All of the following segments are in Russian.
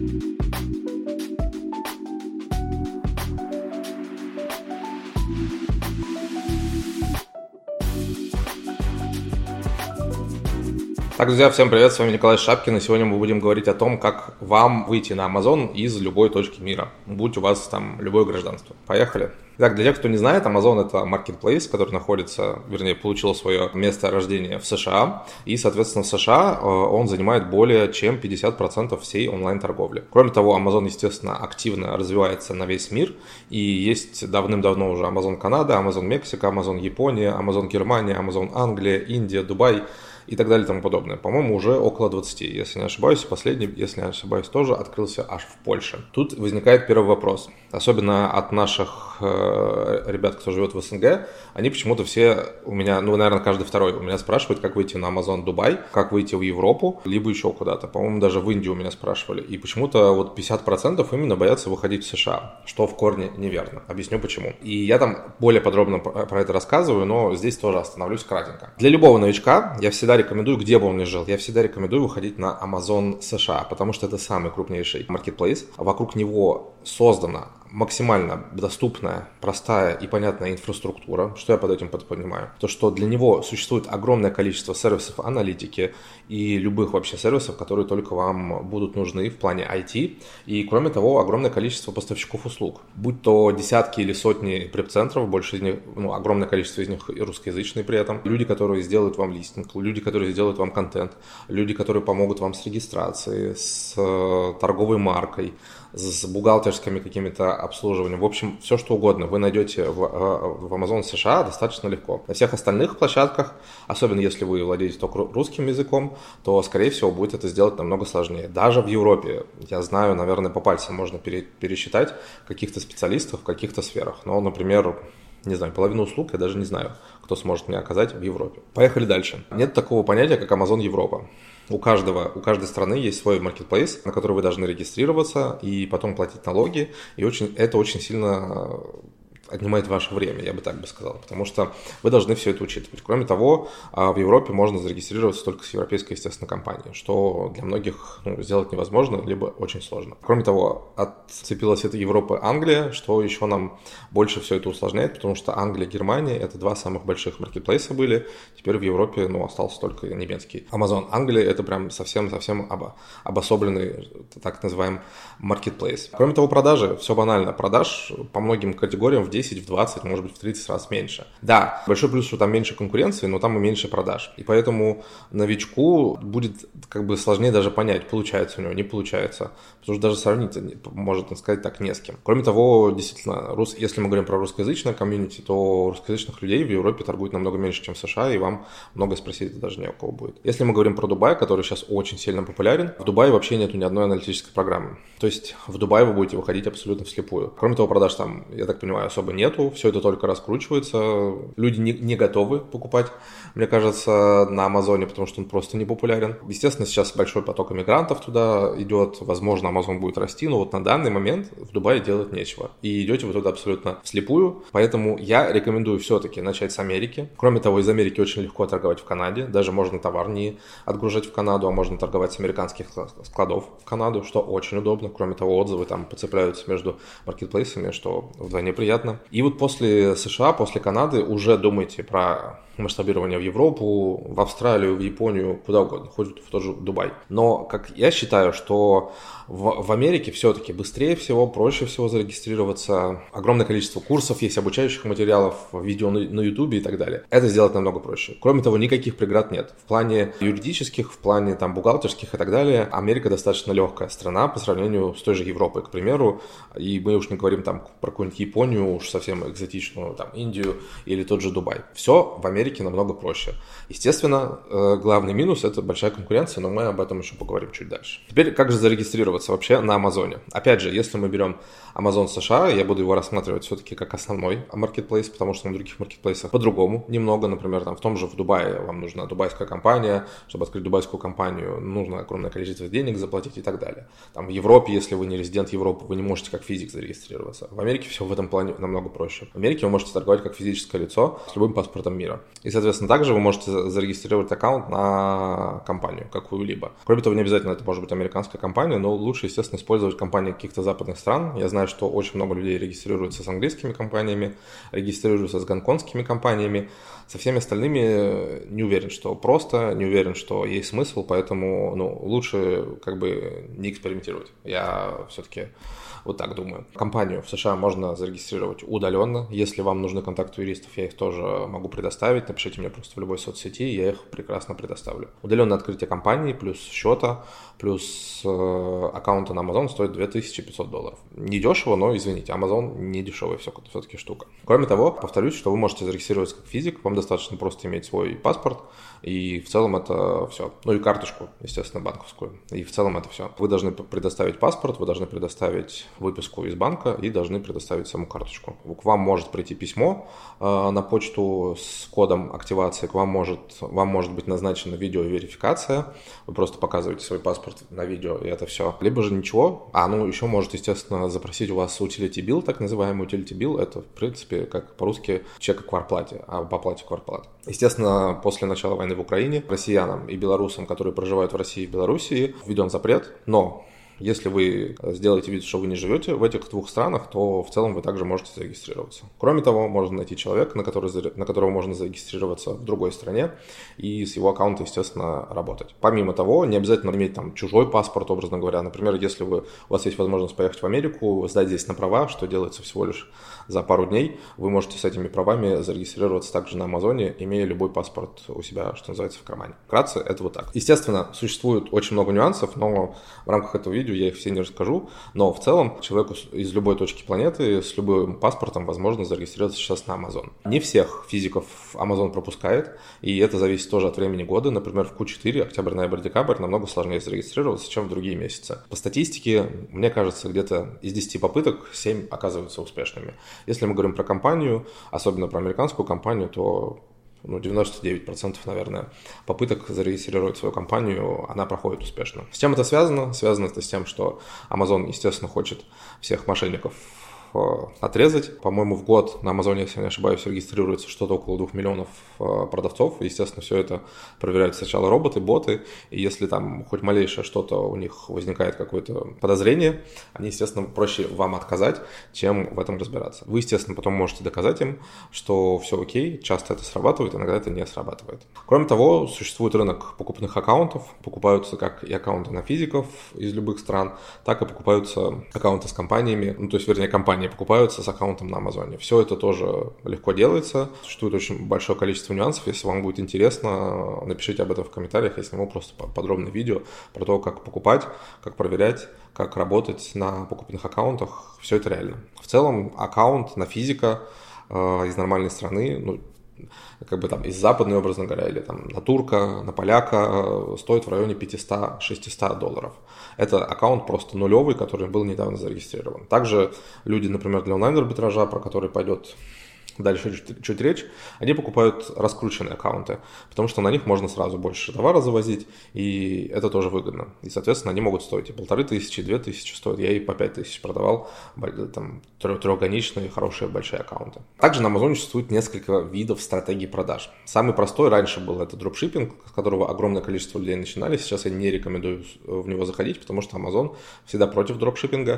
Так, друзья, всем привет, с вами Николай Шапкин, и сегодня мы будем говорить о том, как вам выйти на Amazon из любой точки мира, будь у вас там любое гражданство. Поехали! Итак, для тех, кто не знает, Amazon – это marketplace, который находится, вернее, получил свое место рождения в США, и, соответственно, в США он занимает более чем 50% всей онлайн-торговли. Кроме того, Amazon, естественно, активно развивается на весь мир, и есть давным-давно уже Amazon Канада, Amazon Мексика, Amazon Япония, Amazon Германия, Amazon Англия, Индия, Дубай и так далее и тому подобное. По-моему, уже около 20, если не ошибаюсь. Последний, если не ошибаюсь, тоже открылся аж в Польше. Тут возникает первый вопрос. Особенно от наших ребят, кто живет в СНГ, они почему-то все у меня, наверное, каждый второй у меня спрашивают, как выйти на Amazon Дубай, как выйти в Европу, либо еще куда-то. По-моему, даже в Индию у меня спрашивали. И почему-то вот 50% именно боятся выходить в США, что в корне неверно. Объясню почему. И я там более подробно про это рассказываю, но здесь тоже остановлюсь кратенько. Для любого новичка я всегда рекомендую, где бы он ни жил, я всегда рекомендую выходить на Amazon США, потому что это самый крупнейший маркетплейс. Вокруг него создана максимально доступная, простая и понятная инфраструктура. Что я под этим понимаю? То, что для него существует огромное количество сервисов аналитики и любых вообще сервисов, которые только вам будут нужны в плане IT. И, кроме того, огромное количество поставщиков услуг. Будь то десятки или сотни преп-центров, больше из них, огромное количество из них и русскоязычные при этом. Люди, которые сделают вам листинг, люди, которые сделают вам контент, люди, которые помогут вам с регистрацией, с торговой маркой, с бухгалтерскими какими-то обслуживаниями. В общем, все что угодно вы найдете в Amazon США достаточно легко. На всех остальных площадках, особенно если вы владеете только русским языком, то, скорее всего, будет это сделать намного сложнее. Даже в Европе, я знаю, наверное, по пальцам можно пересчитать каких-то специалистов в каких-то сферах. Но, например, не знаю, половину услуг я даже не знаю, кто сможет мне оказать в Европе. Поехали дальше. Нет такого понятия, как Amazon Европа. У каждой страны есть свой маркетплейс, на который вы должны регистрироваться и потом платить налоги. И это очень сильно отнимает ваше время, я бы так бы сказал, потому что вы должны все это учитывать. Кроме того, в Европе можно зарегистрироваться только с европейской, естественно, компанией, что для многих сделать невозможно, либо очень сложно. Кроме того, отцепилась от Европы Англия, что еще нам больше все это усложняет, потому что Англия и Германия – это два самых больших маркетплейса были, теперь в Европе, остался только немецкий. Amazon Англия – это прям совсем обособленный, так называемый, маркетплейс. Кроме того, продажи, все банально, продаж по многим категориям в 10, в 20, может быть, в 30 раз меньше. Да, большой плюс, что там меньше конкуренции, но там и меньше продаж. И поэтому новичку будет сложнее даже понять, получается у него, не получается. Потому что даже сравнить, можно сказать так, не с кем. Кроме того, действительно, если мы говорим про русскоязычное комьюнити, то русскоязычных людей в Европе торгуют намного меньше, чем в США, и вам много спросить даже не у кого будет. Если мы говорим про Дубай, который сейчас очень сильно популярен, в Дубае вообще нету ни одной аналитической программы. То есть в Дубае вы будете выходить абсолютно вслепую. Кроме того, продаж там, я так понимаю, особо нету, все это только раскручивается, люди не готовы покупать, мне кажется, на Амазоне, потому что он просто не популярен. Естественно, сейчас большой поток иммигрантов туда идет, возможно, Амазон будет расти, но вот на данный момент в Дубае делать нечего, и идете вы туда абсолютно вслепую, поэтому я рекомендую все-таки начать с Америки. Кроме того, из Америки очень легко торговать в Канаде, даже можно товар не отгружать в Канаду, а можно торговать с американских складов в Канаду, что очень удобно. Кроме того, отзывы там поцепляются между маркетплейсами, что вдвойне приятно. И вот после США, после Канады уже думайте про масштабирование в Европу, в Австралию, в Японию, куда угодно, хоть в тот же Дубай. Но, как я считаю, что в Америке все-таки быстрее всего, проще всего зарегистрироваться. Огромное количество курсов есть, обучающих материалов, видео на YouTube и так далее. Это сделать намного проще. Кроме того, никаких преград нет. В плане юридических, в плане бухгалтерских и так далее, Америка достаточно легкая страна по сравнению с той же Европой, к примеру. И мы уж не говорим про какую-нибудь Японию, уж совсем экзотичную, Индию или тот же Дубай. Все в Америке намного проще. Естественно, главный минус – это большая конкуренция, но мы об этом еще поговорим чуть дальше. Теперь, как же зарегистрироваться вообще на Амазоне? Опять же, если мы берем Amazon США, я буду его рассматривать все-таки как основной маркетплейс, потому что на других маркетплейсах по-другому немного. Например, в том же в Дубае вам нужна дубайская компания. Чтобы открыть дубайскую компанию, нужно огромное количество денег заплатить и так далее. В Европе, если вы не резидент Европы, вы не можете как физик зарегистрироваться. В Америке все в этом плане намного проще. В Америке вы можете торговать как физическое лицо с любым паспортом мира. И, соответственно, также вы можете зарегистрировать аккаунт на компанию какую-либо. Кроме того, не обязательно это может быть американская компания, но лучше, естественно, использовать компании каких-то западных стран. Я знаю, что очень много людей регистрируются с английскими компаниями, регистрируются с гонконгскими компаниями. Со всеми остальными не уверен, что просто, не уверен, что есть смысл, поэтому лучше не экспериментировать. Я все-таки вот так думаю. Компанию в США можно зарегистрировать удаленно. Если вам нужны контакты юристов, я их тоже могу предоставить. Напишите мне просто в любой соцсети, я их прекрасно предоставлю. Удаленное открытие компании плюс счета, плюс аккаунта на Amazon стоит $2500. Не дешево, но, извините, Amazon не дешевая все-таки штука. Кроме того, повторюсь, что вы можете зарегистрироваться как физик, вам достаточно просто иметь свой паспорт, и в целом это все. И карточку, естественно, банковскую. И в целом это все. Вы должны предоставить паспорт, вы должны предоставить выписку из банка и должны предоставить саму карточку. К вам может прийти письмо на почту с кодом активации, вам может быть назначена видеоверификация, вы просто показываете свой паспорт на видео, и это все. Либо же ничего. Еще может, естественно, запросить у вас utility bill, так называемый utility bill, это, в принципе, как по-русски чек о квартплате, об оплате квартплаты. Естественно, после начала войны в Украине россиянам и белорусам, которые проживают в России и Белоруссии, введен запрет, но если вы сделаете вид, что вы не живете в этих двух странах, то в целом вы также можете зарегистрироваться. Кроме того, можно найти человека, на которого можно зарегистрироваться в другой стране и с его аккаунта, естественно, работать. Помимо того, не обязательно иметь там чужой паспорт, образно говоря. Например, если у вас есть возможность поехать в Америку, сдать здесь на права, что делается всего лишь за пару дней, вы можете с этими правами зарегистрироваться также на Амазоне, имея любой паспорт у себя, что называется, в кармане. Вкратце, это вот так. Естественно, существует очень много нюансов, но в рамках этого видео я их все не расскажу, но в целом человеку из любой точки планеты с любым паспортом возможно зарегистрироваться сейчас на Amazon. Не всех физиков Amazon пропускает, и это зависит тоже от времени года. Например, в Q4, октябрь, ноябрь, декабрь намного сложнее зарегистрироваться, чем в другие месяцы. По статистике, мне кажется, где-то из 10 попыток 7 оказываются успешными. Если мы говорим про компанию, особенно про американскую компанию, то 99%, наверное, попыток зарегистрировать свою компанию, она проходит успешно. С чем это связано? Связано это с тем, что Amazon, естественно, хочет всех мошенников отрезать. По-моему, в год на Амазоне, если не ошибаюсь, регистрируется что-то около 2 миллионов продавцов. Естественно, все это проверяют сначала роботы, боты. И если там хоть малейшее что-то у них возникает какое-то подозрение, они, естественно, проще вам отказать, чем в этом разбираться. Вы, естественно, потом можете доказать им, что все окей, часто это срабатывает, иногда это не срабатывает. Кроме того, существует рынок покупных аккаунтов. Покупаются как и аккаунты на физиков из любых стран, так и покупаются аккаунты с компаниями, компании покупаются с аккаунтом на Амазоне. Все это тоже легко делается. Существует очень большое количество нюансов. Если вам будет интересно, напишите об этом в комментариях. Я сниму просто подробное видео про то, как покупать, как проверять, как работать на покупных аккаунтах. Все это реально. В целом, аккаунт на физика из нормальной страны, из западной, образно говоря, или там на турка, на поляка, стоит в районе $500-600. Это аккаунт просто нулевый, который был недавно зарегистрирован. Также люди, например, для онлайн-арбитража, про который пойдет дальше чуть речь, они покупают раскрученные аккаунты, потому что на них можно сразу больше товара завозить, и это тоже выгодно. И, соответственно, они могут стоить и 1500, и 2000 стоят. Я и по 5000 продавал, там, трехграничные, хорошие, большие аккаунты. Также на Амазоне существует несколько видов стратегий продаж. Самый простой раньше был это дропшиппинг, с которого огромное количество людей начинали. Сейчас я не рекомендую в него заходить, потому что Amazon всегда против дропшиппинга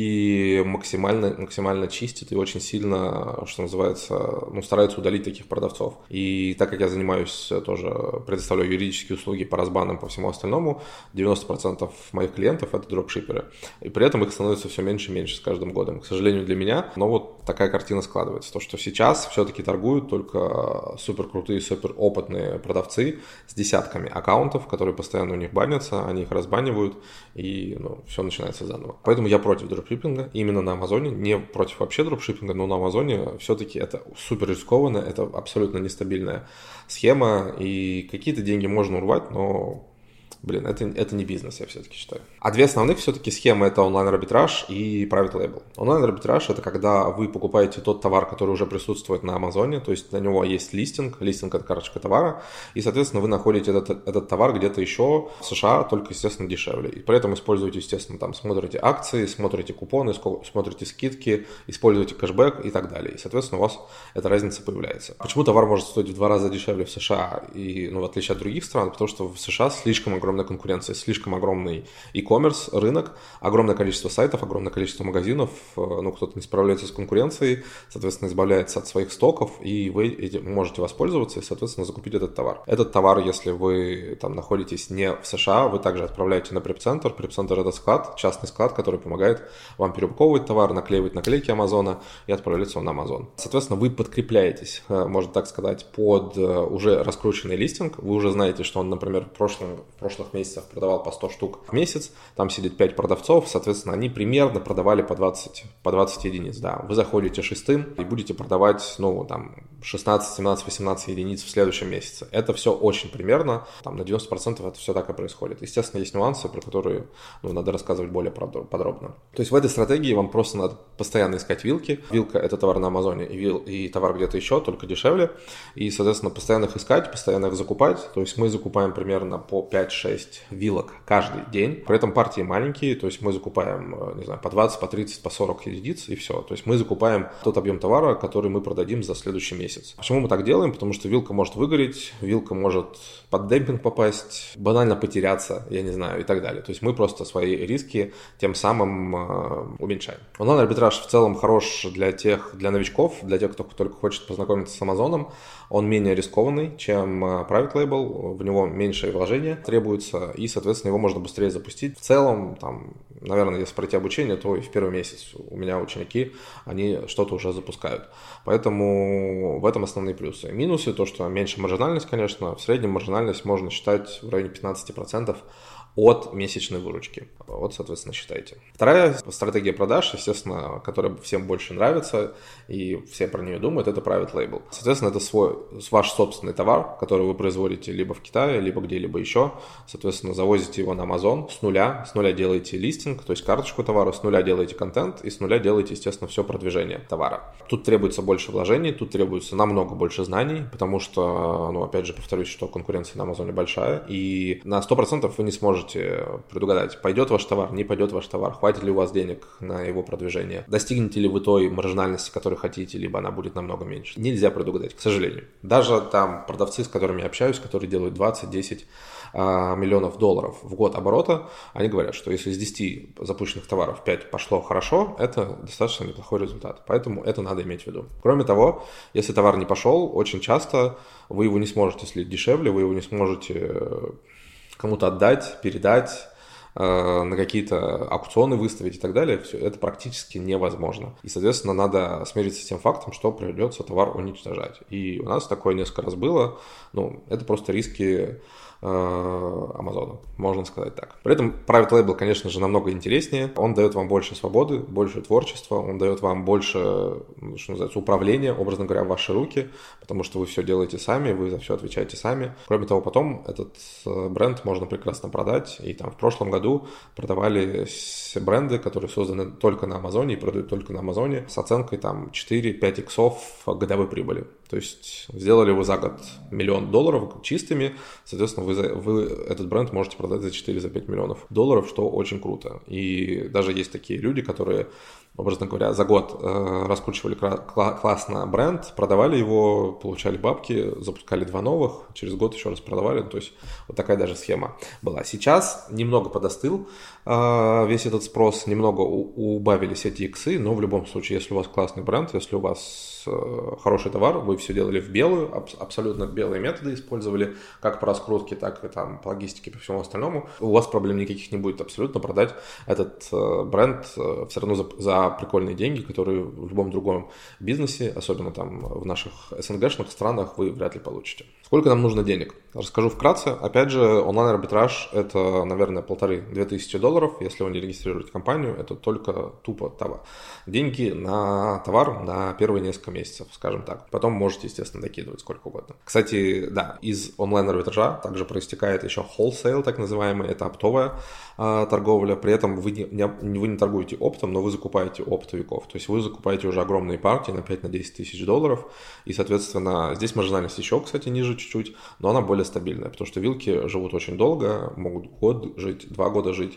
и максимально чистит и очень сильно, что называется, стараются удалить таких продавцов. И так как я занимаюсь тоже, предоставляю юридические услуги по разбанам, по всему остальному, 90% моих клиентов это дропшиперы. И при этом их становится все меньше и меньше с каждым годом. К сожалению для меня, но вот такая картина складывается. То, что сейчас все-таки торгуют только супер крутые, супер опытные продавцы с десятками аккаунтов, которые постоянно у них банятся, они их разбанивают, и все начинается заново. Поэтому я против дропшиппинга именно на Амазоне, не против вообще дропшиппинга, но на Амазоне все-таки это супер рискованно, это абсолютно нестабильная схема, и какие-то деньги можно урвать, но это не бизнес, я все-таки считаю. А две основных все-таки схемы – это онлайн-арбитраж и private label. Онлайн-арбитраж – это когда вы покупаете тот товар, который уже присутствует на Амазоне, то есть на него есть листинг – это карточка товара, и, соответственно, вы находите этот товар где-то еще в США, только, естественно, дешевле. И при этом используете, естественно, там смотрите акции, смотрите купоны, смотрите скидки, используете кэшбэк и так далее. И, соответственно, у вас эта разница появляется. Почему товар может стоить в 2 раза дешевле в США, и, в отличие от других стран? Потому что в США слишком огромная конкуренция, слишком огромный e-commerce, рынок, огромное количество сайтов, огромное количество магазинов, кто-то не справляется с конкуренцией, соответственно, избавляется от своих стоков, и вы этим можете воспользоваться и, соответственно, закупить этот товар. Этот товар, если вы там находитесь не в США, вы также отправляете на преп-центр. Преп-центр – это склад, частный склад, который помогает вам переупаковывать товар, наклеивать наклейки Амазона и отправляться на Амазон. Соответственно, вы подкрепляетесь, можно так сказать, под уже раскрученный листинг. Вы уже знаете, что он, например, в прошлых месяцах продавал по 100 штук в месяц, там сидит 5 продавцов, соответственно, они примерно продавали по 20 единиц, да. Вы заходите шестым и будете продавать, 16, 17, 18 единиц в следующем месяце. Это все очень примерно, на 90% это все так и происходит. Естественно, есть нюансы, про которые надо рассказывать более подробно. То есть в этой стратегии вам просто надо постоянно искать вилки. Вилка – это товар на Амазоне и товар где-то еще, только дешевле. И, соответственно, постоянно их искать, постоянно их закупать. То есть мы закупаем примерно по 5-6 вилок каждый день. При этом партии маленькие, то есть мы закупаем, по 20, по 30, по 40 единиц и все. То есть мы закупаем тот объем товара, который мы продадим за следующий месяц. Почему мы так делаем? Потому что вилка может выгореть, вилка может под демпинг попасть, банально потеряться, я не знаю, и так далее. То есть мы просто свои риски тем самым уменьшаем. Онлайн-арбитраж в целом хорош для новичков, для тех, кто только хочет познакомиться с Амазоном. Он менее рискованный, чем private label, в него меньшее вложение требуется, и, соответственно, его можно быстрее запустить. В целом, наверное, если пройти обучение, то и в первый месяц у меня ученики, они что-то уже запускают. Поэтому в этом основные плюсы. Минусы, то, что меньше маржинальность, конечно, в среднем маржинальность можно считать в районе 15% от месячной выручки. Вот, соответственно, считайте. Вторая стратегия продаж, естественно, которая всем больше нравится, и все про нее думают, это private label. Соответственно, это ваш собственный товар, который вы производите либо в Китае, либо где-либо еще. Соответственно, завозите его на Amazon с нуля делаете листинг, то есть карточку товара, с нуля делаете контент, и с нуля делаете, естественно, все продвижение товара. Тут требуется больше вложений, тут требуется намного больше знаний, потому что, опять же, повторюсь, что конкуренция на Амазоне большая, и на 100% вы не сможете предугадать, пойдет ваш товар, не пойдет ваш товар, хватит ли у вас денег на его продвижение, достигнете ли вы той маржинальности, которую хотите, либо она будет намного меньше. Нельзя предугадать, к сожалению. Даже там продавцы, с которыми я общаюсь, которые делают 20-10 миллионов долларов в год оборота, они говорят, что если из 10 запущенных товаров 5 пошло хорошо, это достаточно неплохой результат. Поэтому это надо иметь в виду. Кроме того, если товар не пошел, очень часто вы его не сможете слить дешевле, вы его не сможете кому-то отдать, передать, на какие-то аукционы выставить и так далее, все это практически невозможно. И, соответственно, надо смириться с тем фактом, что придется товар уничтожать. И у нас такое несколько раз было. Это просто риски Амазона, можно сказать так. При этом private label, конечно же, намного интереснее. Он дает вам больше свободы, больше творчества, он дает вам больше, что называется, управления, образно говоря, в ваши руки, потому что вы все делаете сами, вы за все отвечаете сами. Кроме того, потом этот бренд можно прекрасно продать. И в прошлом году продавались бренды, которые созданы только на Амазоне и продают только на Амазоне с оценкой 4-5 иксов годовой прибыли. То есть сделали вы за год $1 миллион чистыми, соответственно, вы этот бренд можете продать за 4-5 миллионов долларов, что очень круто. И даже есть такие люди, которые, образно говоря, за год раскручивали классно бренд, продавали его, получали бабки, запускали 2 новых, через год еще раз продавали. То есть вот такая даже схема была. Сейчас немного подостыл весь этот спрос, немного убавились эти иксы, но в любом случае, если у вас классный бренд, если у вас хороший товар, вы все делали в белую, абсолютно белые методы использовали, как по раскрутке, так и по логистике, по всему остальному, у вас проблем никаких не будет абсолютно продать этот бренд все равно за прикольные деньги, которые в любом другом бизнесе, особенно в наших СНГ-шных странах, вы вряд ли получите. Сколько нам нужно денег? Расскажу вкратце. Опять же, онлайн-арбитраж – это, наверное, $1500. Если вы не регистрируете компанию, это только тупо товар. Деньги на товар на первые несколько месяцев, скажем так. Потом можете, естественно, докидывать сколько угодно. Кстати, да, из онлайн-арбитража также проистекает еще wholesale, так называемый. Это оптовая торговля. При этом вы не торгуете оптом, но вы закупаете оптовиков. То есть вы закупаете уже огромные партии на 5-10 тысяч долларов. И, соответственно, здесь маржинальность еще, кстати, ниже чуть-чуть, но она более стабильная, потому что вилки живут очень долго, могут год жить, 2 года жить,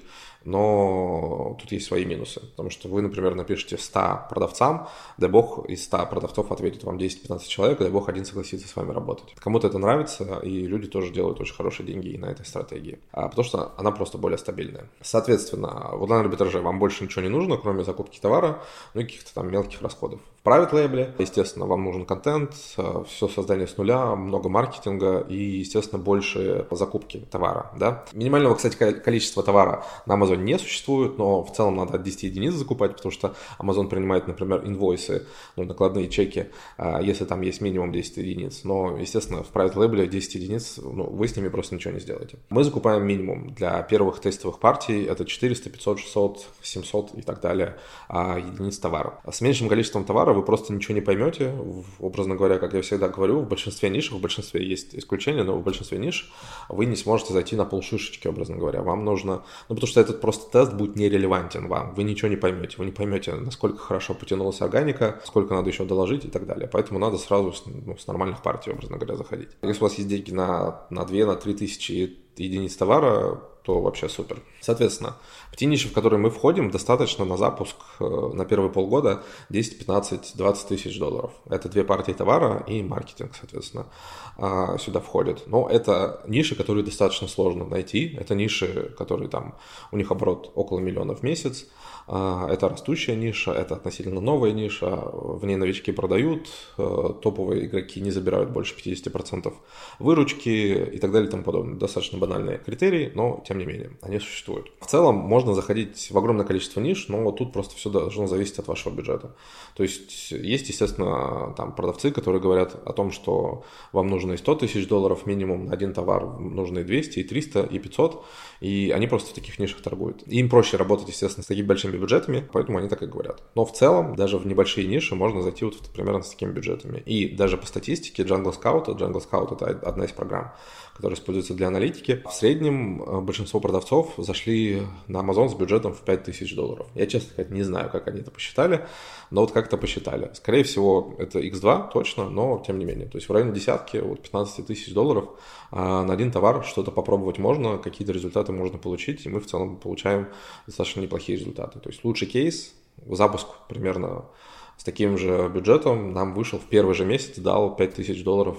но тут есть свои минусы, потому что вы, например, напишите 100 продавцам, дай бог из 100 продавцов ответит вам 10-15 человек, дай бог один согласится с вами работать. Кому-то это нравится, и люди тоже делают очень хорошие деньги и на этой стратегии, потому что она просто более стабильная. Соответственно, в онлайн-арбитраже вам больше ничего не нужно, кроме закупки товара, ну и каких-то там мелких расходов. В private label, естественно, вам нужен контент, все создание с нуля, много маркетинга и, естественно, больше закупки товара. Да? Минимального, кстати, количества товара на Amazon не существует, но в целом надо от 10 единиц закупать, потому что Amazon принимает, например, инвойсы, накладные чеки, если там есть минимум 10 единиц. Но, естественно, в private label 10 единиц, вы с ними просто ничего не сделаете. Мы закупаем минимум для первых тестовых партий, это 400, 500, 600, 700 и так далее единиц товара. С меньшим количеством товара вы просто ничего не поймете. Образно говоря, как я всегда говорю, в большинстве ниш, в большинстве есть исключения, но в большинстве ниш вы не сможете зайти на полшишечки, образно говоря. Вам нужно, потому что этот просто тест будет нерелевантен вам. Вы ничего не поймете. Вы не поймете, насколько хорошо потянулась органика, сколько надо еще доложить и так далее. Поэтому надо сразу с нормальных партий, образно говоря, заходить. Если у вас есть деньги на 2-3 тысячи единиц товара, то вообще супер. Соответственно, в те ниши, в которые мы входим, достаточно на запуск на первые полгода 10, 15, 20 тысяч долларов. Это 2 партии товара и маркетинг, соответственно, сюда входят. Но это ниши, которые достаточно сложно найти. Это ниши, которые там, у них оборот около миллиона в месяц. Это растущая ниша, это относительно новая ниша, в ней новички продают, топовые игроки не забирают больше 50% выручки и так далее и тому подобное. Достаточно банальные критерии, но тем не менее они существуют. В целом можно заходить в огромное количество ниш, но вот тут просто все должно зависеть от вашего бюджета. То есть, естественно, там продавцы, которые говорят о том, что вам нужно и 100 тысяч долларов минимум на один товар, нужно и 200, и 300, и 500, и они просто в таких нишах торгуют. И им проще работать, естественно, с такими большими бюджетами, поэтому они так и говорят. Но в целом, даже в небольшие ниши можно зайти вот примерно с такими бюджетами. И даже по статистике Jungle Scout это одна из программ, которая используется для аналитики. В среднем большинство продавцов зашли на Amazon с бюджетом в 5000 долларов. Я, честно сказать, не знаю, как они это посчитали, но вот как-то посчитали. Скорее всего, это X2 точно, но тем не менее. То есть в районе десятки, вот 15 тысяч долларов на один товар что-то попробовать можно, какие-то результаты можно получить, и мы в целом получаем достаточно неплохие результаты. То есть лучший кейс, запуск примерно с таким же бюджетом нам вышел в первый же месяц, дал 5000 долларов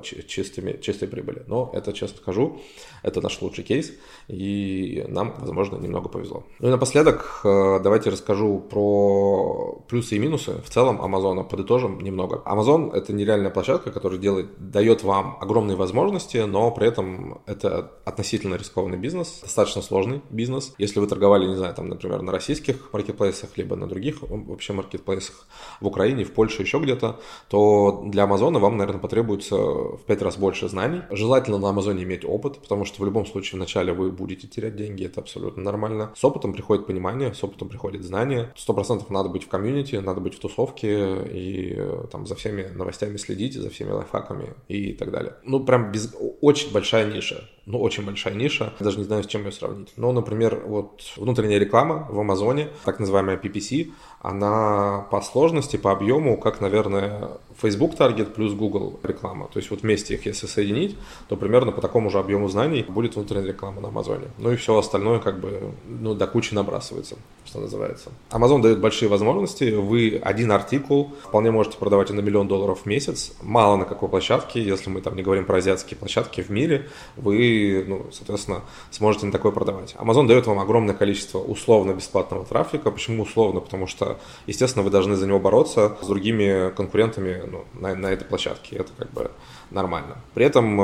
чистой прибыли. Но это, честно скажу, это наш лучший кейс, и нам, возможно, немного повезло. Ну и напоследок давайте расскажу про плюсы и минусы. В целом Амазона подытожим немного. Amazon – это нереальная площадка, которая дает вам огромные возможности, но при этом это относительно рискованный бизнес, достаточно сложный бизнес. Если вы торговали, не знаю, там, например, на российских маркетплейсах, либо на других вообще маркетплейсах, в Украине, в Польше, еще где-то, то для Амазона вам, наверное, потребуется в 5 раз больше знаний. Желательно на Амазоне иметь опыт, потому что в любом случае вначале вы будете терять деньги, это абсолютно нормально. С опытом приходит понимание, с опытом приходит знание. 100% надо быть в комьюнити, надо быть в тусовке и там за всеми новостями следить, за всеми лайфхаками и так далее. Очень большая ниша. Очень большая ниша. Даже не знаю, с чем ее сравнить. Например, вот внутренняя реклама в Амазоне, так называемая PPC, она по сложности, по объему, как, наверное, Facebook таргет плюс Google реклама. То есть вот вместе их, если соединить, то примерно по такому же объему знаний будет внутренняя реклама на Амазоне. И все остальное до кучи набрасывается, что называется. Amazon дает большие возможности. Вы один артикул вполне можете продавать и на $1 миллион в месяц. Мало на какой площадке, если мы там не говорим про азиатские площадки в мире, вы, соответственно, сможете на такое продавать. Amazon дает вам огромное количество условно-бесплатного трафика. Почему условно? Потому что, естественно, вы должны за него бороться с другими конкурентами на этой площадке. Это нормально. При этом,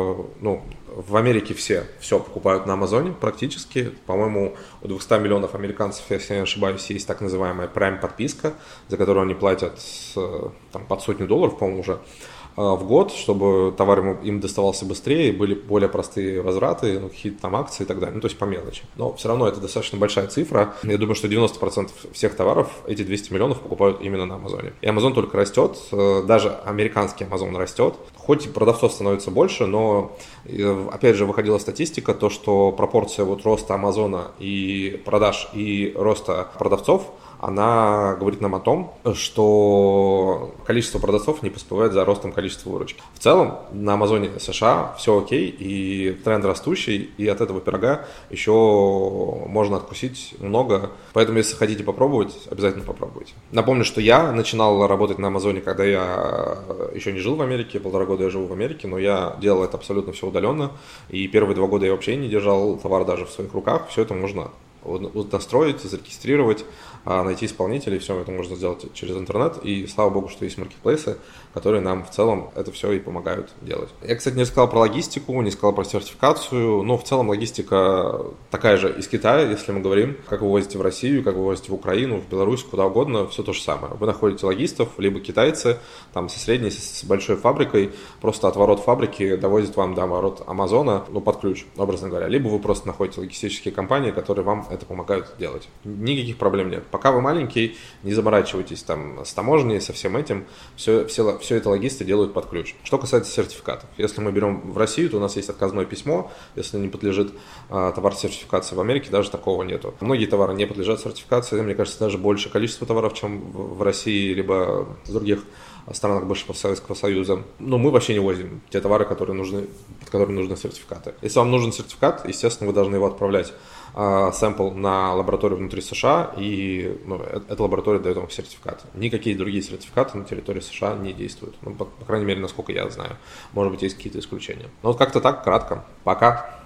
в Америке все покупают на Амазоне практически. По-моему, у 200 миллионов американцев, если я не ошибаюсь, есть так называемая Prime подписка, за которую они платят под $100, по-моему, уже. в год, чтобы товар им доставался быстрее, были более простые возвраты, какие-то там акции и так далее, то есть по мелочи. Но все равно это достаточно большая цифра. Я думаю, что 90% всех товаров эти 200 миллионов покупают именно на Амазоне. И Амазон только растет, даже американский Амазон растет. Хоть и продавцов становится больше, но, опять же, выходила статистика, то, что пропорция роста Амазона и продаж, и роста продавцов, она говорит нам о том, что количество продавцов не поспевает за ростом количества выручки. В целом, на Амазоне США все окей, и тренд растущий, и от этого пирога еще можно откусить много. Поэтому, если хотите попробовать, обязательно попробуйте. Напомню, что я начинал работать на Амазоне, когда я еще не жил в Америке, 1,5 года я живу в Америке, но я делал это абсолютно все удаленно, и первые 2 года я вообще не держал товар даже в своих руках, все это можно настроить, зарегистрировать, найти исполнителей, все это можно сделать через интернет, и слава богу, что есть маркетплейсы, которые нам в целом это все и помогают делать. Я, кстати, не сказал про логистику, не сказал про сертификацию, но в целом логистика такая же из Китая, если мы говорим, как вы возите в Россию, как вы возите в Украину, в Беларусь, куда угодно, все то же самое. Вы находите логистов, либо китайцы, там со средней, с большой фабрикой, просто от ворот фабрики довозят вам до ворот Амазона, под ключ, образно говоря, либо вы просто находите логистические компании, которые вам это помогают делать. Никаких проблем нет. Пока вы маленький, не заморачивайтесь там с таможней, со всем этим, все это логисты делают под ключ. Что касается сертификатов, если мы берем в Россию, то у нас есть отказное письмо, если не подлежит товар сертификации. В Америке даже такого нету. Многие товары не подлежат сертификации, мне кажется, даже больше количество товаров, чем в России, либо в других странах бывшего Советского Союза. Но мы вообще не возим те товары, под которые нужны сертификаты. Если вам нужен сертификат, естественно, вы должны его отправлять сэмпл на лабораторию внутри США, и эта лаборатория дает вам сертификат. Никакие другие сертификаты на территории США не действуют. По крайней мере, насколько я знаю. Может быть, есть какие-то исключения. Но как-то так, кратко. Пока.